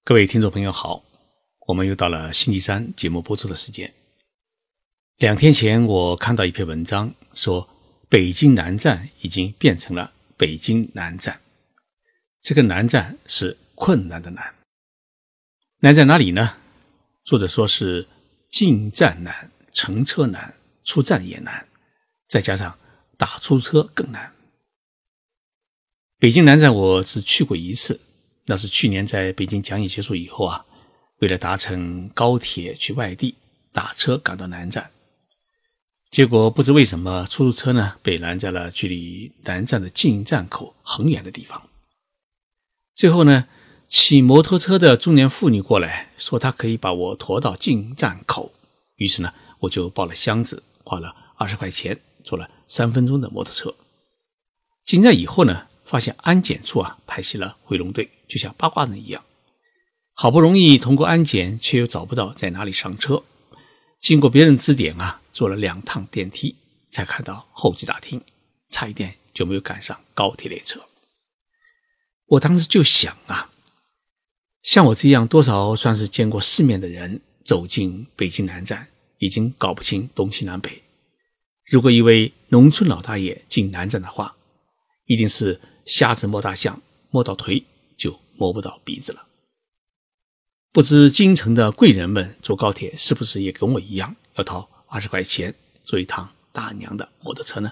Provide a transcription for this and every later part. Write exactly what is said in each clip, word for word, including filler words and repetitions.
各位听众朋友好，我们又到了星期三节目播出的时间。两天前我看到一篇文章，说北京南站已经变成了北京南站。这个南站是困难的难。难在哪里呢？作者说是进站难，乘车难，出站也难，再加上打出租车更难。北京南站我只去过一次，那是去年在北京讲演结束以后啊，为了搭乘高铁去外地，打车赶到南站。结果不知为什么出租车呢被拦在了距离南站的进站口很远的地方。最后呢，骑摩托车的中年妇女过来说她可以把我驮到进站口，于是呢我就抱了箱子，花了二十块钱坐了三分钟的摩托车。进站以后呢，发现安检处啊排起了回龙队，就像八卦阵一样。好不容易通过安检，却又找不到在哪里上车。经过别人指点啊，坐了两趟电梯才看到候机大厅，差一点就没有赶上高铁列车。我当时就想啊，像我这样多少算是见过世面的人，走进北京南站已经搞不清东西南北。如果一位农村老大爷进南站的话，一定是瞎子摸大象，摸到腿就摸不到鼻子了。不知京城的贵人们坐高铁是不是也跟我一样要掏二十块钱坐一趟大娘的摩托车呢？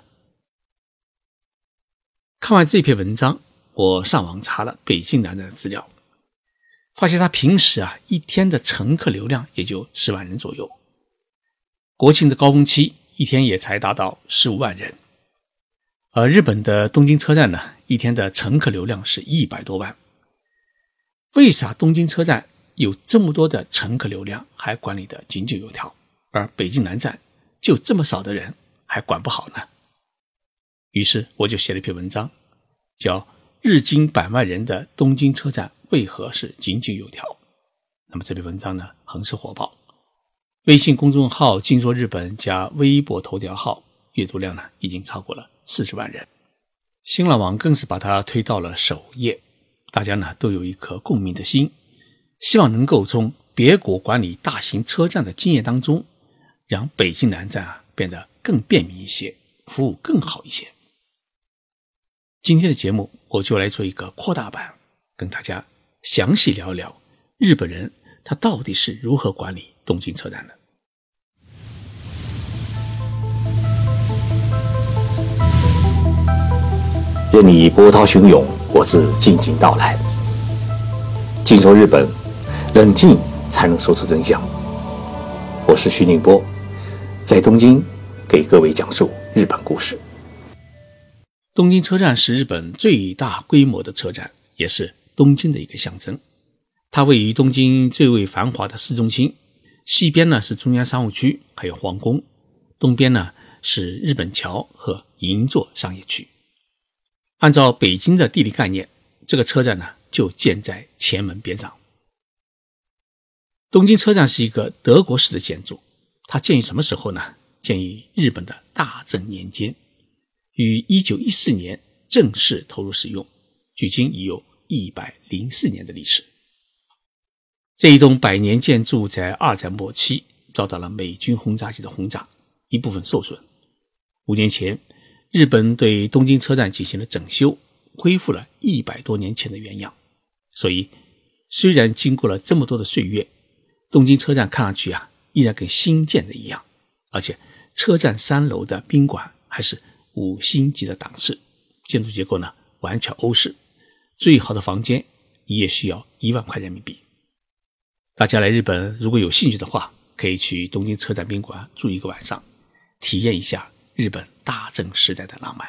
看完这篇文章，我上网查了北京南站的资料，发现他平时啊一天的乘客流量也就十万人左右，国庆的高峰期一天也才达到十五万人。而日本的东京车站呢，一天的乘客流量是一百多万。为啥东京车站有这么多的乘客流量还管理得井井有条，而北京南站就这么少的人还管不好呢？于是我就写了一篇文章，叫日经百万人的东京车站为何是井井有条。那么这篇文章呢很是火爆，微信公众号静说日本加微博头条号阅读量呢已经超过了四十万人，新浪网更是把它推到了首页。大家呢都有一颗共鸣的心，希望能够从别国管理大型车站的经验当中，让北京南站啊变得更便民一些，服务更好一些。今天的节目我就来做一个扩大版，跟大家详细聊聊日本人他到底是如何管理东京车站的。 任你波涛汹涌，我自静静到来。静说日本，冷静才能说出真相。我是徐宁波，在东京给各位讲述日本故事。 东京车站是日本最大规模的车站，也是东京的一个象征。它位于东京最为繁华的市中心，西边呢是中央商务区还有皇宫，东边呢是日本桥和银座商业区。按照北京的地理概念，这个车站呢就建在前门边上。东京车站是一个德国式的建筑，它建于什么时候呢？建于日本的大正年间，于一九一四年正式投入使用，距今已有一百零四年的历史。这一栋百年建筑在二战末期遭到了美军轰炸机的轰炸，一部分受损。五年前日本对东京车站进行了整修，恢复了一百多年前的原样。所以虽然经过了这么多的岁月，东京车站看上去啊依然跟新建的一样，而且车站三楼的宾馆还是五星级的档次，建筑结构呢完全欧式，最好的房间也需要一万块人民币。大家来日本如果有兴趣的话，可以去东京车站宾馆住一个晚上，体验一下日本大正时代的浪漫。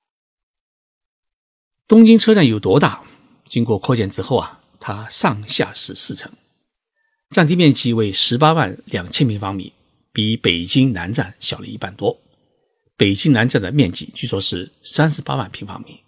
东京车站有多大？经过扩建之后啊，它上下是四层，占地面积为十八万两千平方米，比北京南站小了一半多。北京南站的面积据说是三十八万平方米。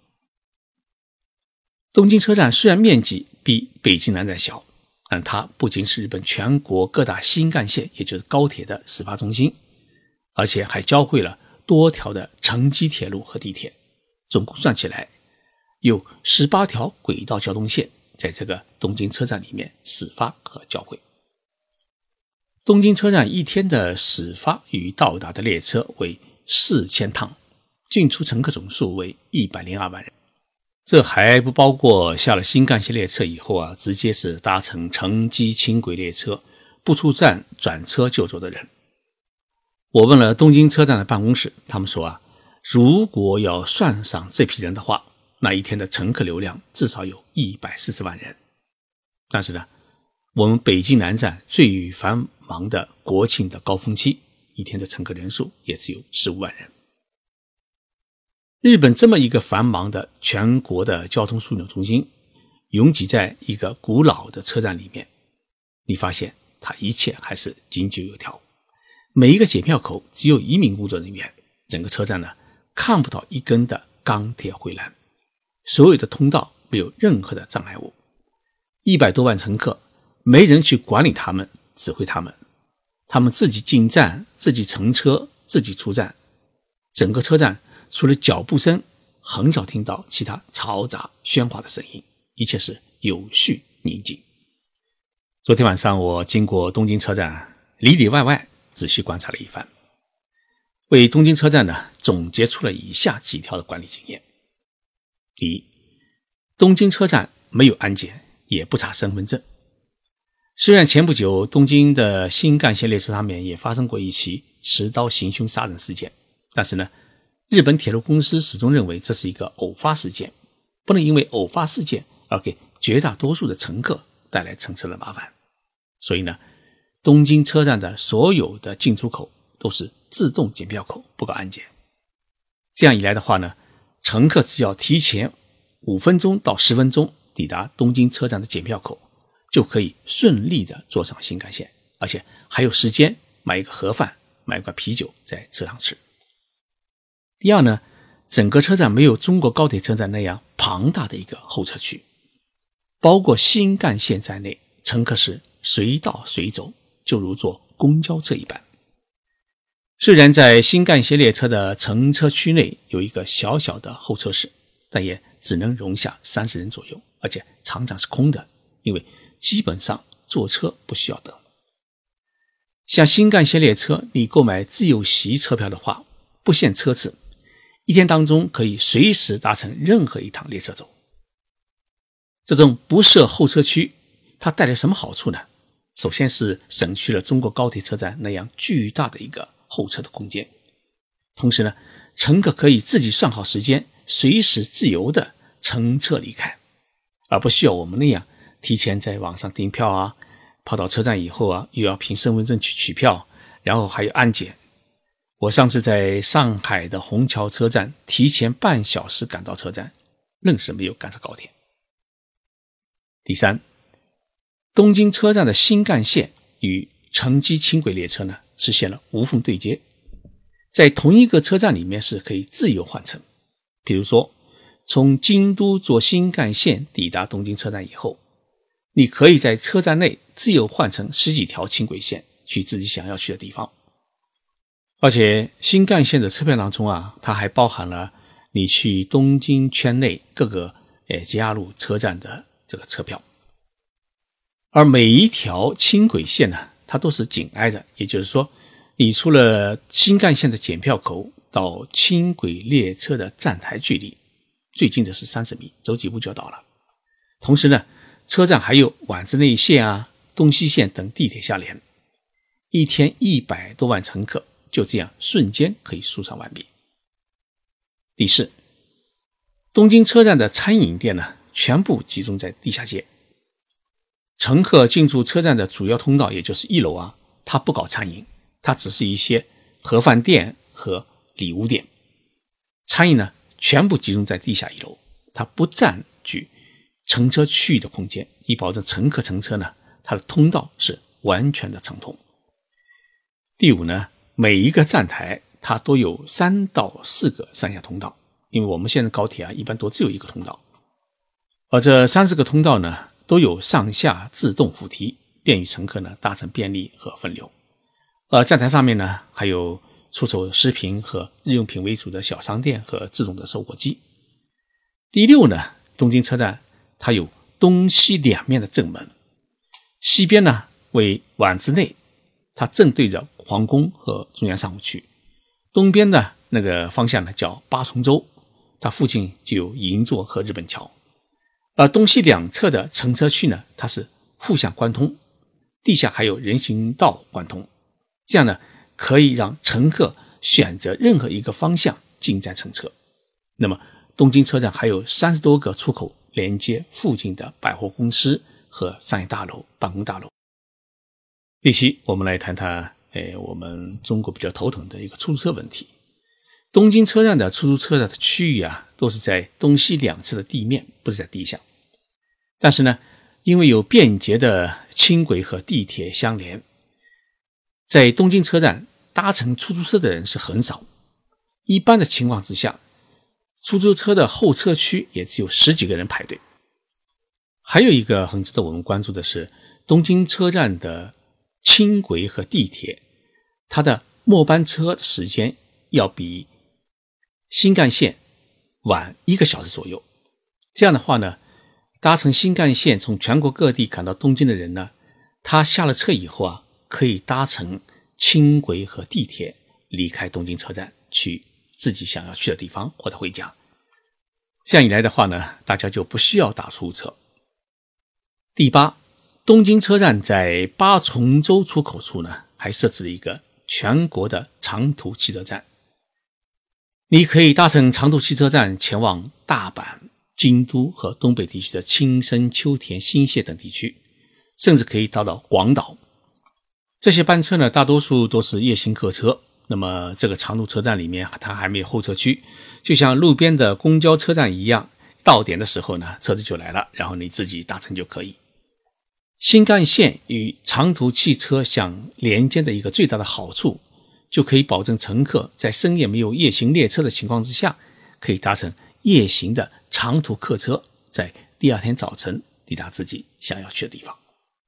东京车站虽然面积比北京南站小，但它不仅是日本全国各大新干线也就是高铁的始发中心，而且还交汇了多条的城际铁路和地铁，总共算起来有十八条轨道交通线在这个东京车站里面始发和交汇。东京车站一天的始发与到达的列车为四千趟，进出乘客总数为一百零二万人。这还不包括下了新干线列车以后啊，直接是搭乘城际轻轨列车不出站转车就走的人。我问了东京车站的办公室，他们说啊，如果要算上这批人的话，那一天的乘客流量至少有一百四十万人。但是呢，我们北京南站最繁忙的国庆的高峰期，一天的乘客人数也只有十五万人。日本这么一个繁忙的全国的交通枢纽中心，拥挤在一个古老的车站里面，你发现它一切还是井井有条。每一个检票口只有一名工作人员，整个车站呢看不到一根的钢铁护栏，所有的通道没有任何的障碍物。一百多万乘客，没人去管理他们，指挥他们，他们自己进站，自己乘车，自己出站。整个车站除了脚步声，很少听到其他嘈杂喧哗的声音，一切是有序宁静。昨天晚上我经过东京车站，里里外外仔细观察了一番，为东京车站呢总结出了以下几条的管理经验。第一，东京车站没有安检，也不查身份证。虽然前不久东京的新干线列车上面也发生过一起持刀行凶杀人事件，但是呢，日本铁路公司始终认为这是一个偶发事件，不能因为偶发事件而给绝大多数的乘客带来乘车的麻烦。所以呢，东京车站的所有的进出口都是自动检票口，不搞安检。这样一来的话呢，乘客只要提前五分钟到十分钟抵达东京车站的检票口，就可以顺利的坐上新干线，而且还有时间买一个盒饭，买一罐啤酒在车上吃。第二呢，整个车站没有中国高铁车站那样庞大的一个候车区，包括新干线在内，乘客是随到随走，就如坐公交车一般。虽然在新干线列车的乘车区内有一个小小的候车室，但也只能容下三十人左右，而且常常是空的，因为基本上坐车不需要等。像新干线列车，你购买自由席车票的话，不限车次，一天当中可以随时搭乘任何一趟列车走。这种不设候车区，它带来什么好处呢？首先是省去了中国高铁车站那样巨大的一个候车的空间，同时呢，乘客可以自己算好时间，随时自由的乘车离开，而不需要我们那样提前在网上订票啊，跑到车站以后啊，又要凭身份证去取票，然后还有安检。我上次在上海的虹桥车站提前半小时赶到车站，愣是没有赶上高铁。第三，东京车站的新干线与城际轻轨列车呢实现了无缝对接，在同一个车站里面是可以自由换乘。比如说从京都坐新干线抵达东京车站以后，你可以在车站内自由换乘十几条轻轨线去自己想要去的地方。而且新干线的车票当中啊，它还包含了你去东京圈内各个诶 J R 路车站的这个车票。而每一条轻轨线呢，它都是紧挨着，也就是说你除了新干线的检票口到轻轨列车的站台距离，最近的是三十米，走几步就到了。同时呢，车站还有丸之内线啊、东西线等地铁相连，一天一百多万乘客就这样瞬间可以疏散完毕。第四，东京车站的餐饮店呢，全部集中在地下街。乘客进入车站的主要通道，也就是一楼啊，它不搞餐饮，它只是一些盒饭店和礼物店。餐饮呢，全部集中在地下一楼，它不占据乘车区域的空间，以保证乘客乘车呢，它的通道是完全的畅通。第五呢，每一个站台它都有三到四个上下通道，因为我们现在高铁啊，一般都只有一个通道，而这三四个通道呢，都有上下自动扶梯，便于乘客呢搭乘便利和分流。而站台上面呢，还有出售食品和日用品为主的小商店和自动的售货机。第六呢，东京车站它有东西两面的正门，西边呢为碗之内，它正对着皇宫和中央商务区。东边的那个方向呢叫八重洲，它附近就有银座和日本桥。而东西两侧的乘车区呢，它是互相贯通，地下还有人行道贯通，这样呢可以让乘客选择任何一个方向进站乘车。那么东京车站还有三十多个出口连接附近的百货公司和商业大楼、办公大楼。第七，我们来谈谈诶我们中国比较头疼的一个出租车问题。东京车站的出租车的区域啊，都是在东西两侧的地面，不是在地下。但是呢，因为有便捷的轻轨和地铁相连，在东京车站搭乘出租车的人是很少。一般的情况之下，出租车的候车区也只有十几个人排队。还有一个很值得我们关注的是，东京车站的轻轨和地铁，它的末班车的时间要比新干线晚一个小时左右。这样的话呢，搭乘新干线从全国各地赶到东京的人呢，他下了车以后啊，可以搭乘轻轨和地铁离开东京车站，去自己想要去的地方或者回家。这样一来的话呢，大家就不需要打出租车。第八，东京车站在八重洲出口处呢，还设置了一个全国的长途汽车站。你可以搭乘长途汽车站前往大阪、京都和东北地区的青森、秋田、新泻等地区，甚至可以到到广岛。这些班车呢，大多数都是夜行客车。那么这个长途车站里面它还没有候车区，就像路边的公交车站一样，到点的时候呢，车子就来了，然后你自己搭乘就可以。新干线与长途汽车相连接的一个最大的好处，就可以保证乘客在深夜没有夜行列车的情况之下，可以搭乘夜行的长途客车，在第二天早晨抵达自己想要去的地方。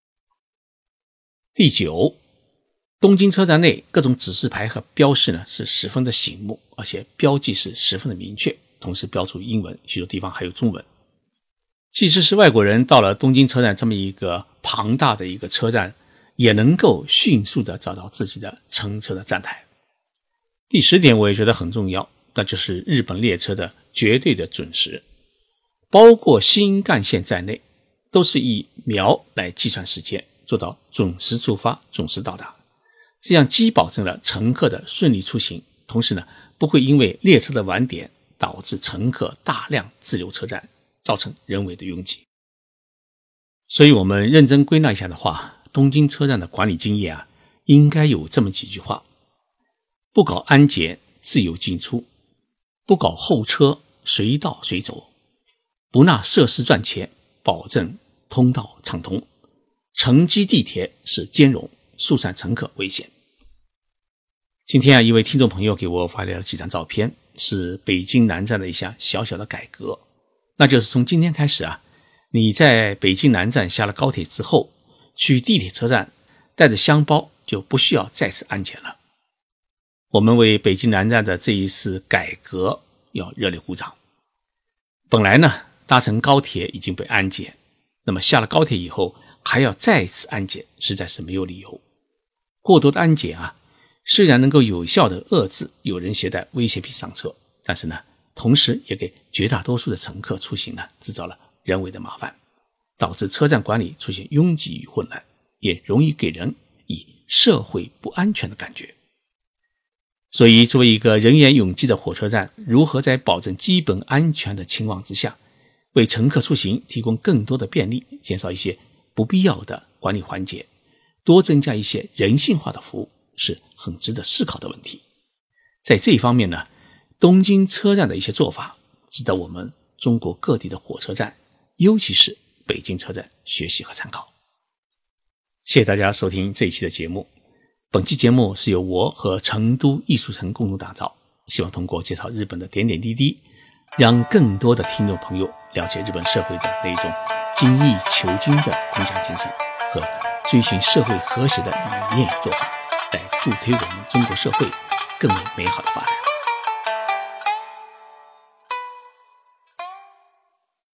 第九，东京车站内各种指示牌和标示呢是十分的醒目，而且标记是十分的明确，同时标注英文，许多地方还有中文。即使是外国人到了东京车站这么一个庞大的一个车站，也能够迅速的找到自己的乘车的站台。第十点我也觉得很重要，那就是日本列车的绝对的准时，包括新干线在内，都是以秒来计算时间，做到准时出发、准时到达。这样既保证了乘客的顺利出行，同时呢，不会因为列车的晚点导致乘客大量滞留车站，造成人为的拥挤。所以我们认真归纳一下的话，东京车站的管理经验啊，应该有这么几句话：不搞安检，自由进出；不搞候车，随到随走；不纳设施赚钱，保证通道畅通；乘机地铁是兼容，疏散乘客危险。今天啊，一位听众朋友给我发来了几张照片，是北京南站的一项小小的改革。那就是从今天开始啊，你在北京南站下了高铁之后，去地铁车站带着箱包就不需要再次安检了。我们为北京南站的这一次改革要热烈鼓掌。本来呢，搭乘高铁已经被安检，那么下了高铁以后还要再次安检，实在是没有理由。过多的安检啊，虽然能够有效的遏制有人携带危险品上车，但是呢，同时也给绝大多数的乘客出行呢制造了人为的麻烦，导致车站管理出现拥挤与混乱，也容易给人以社会不安全的感觉。所以作为一个人员拥挤的火车站，如何在保证基本安全的情况之下，为乘客出行提供更多的便利，减少一些不必要的管理环节，多增加一些人性化的服务，是很值得思考的问题。在这一方面呢，东京车站的一些做法值得我们中国各地的火车站，尤其是北京车站学习和参考。谢谢大家收听这一期的节目。本期节目是由我和成都艺术城共同打造，希望通过介绍日本的点点滴滴，让更多的听众朋友了解日本社会的那种精益求精的工匠精神和追寻社会和谐的理念与做法，来助推我们中国社会更为美好的发展。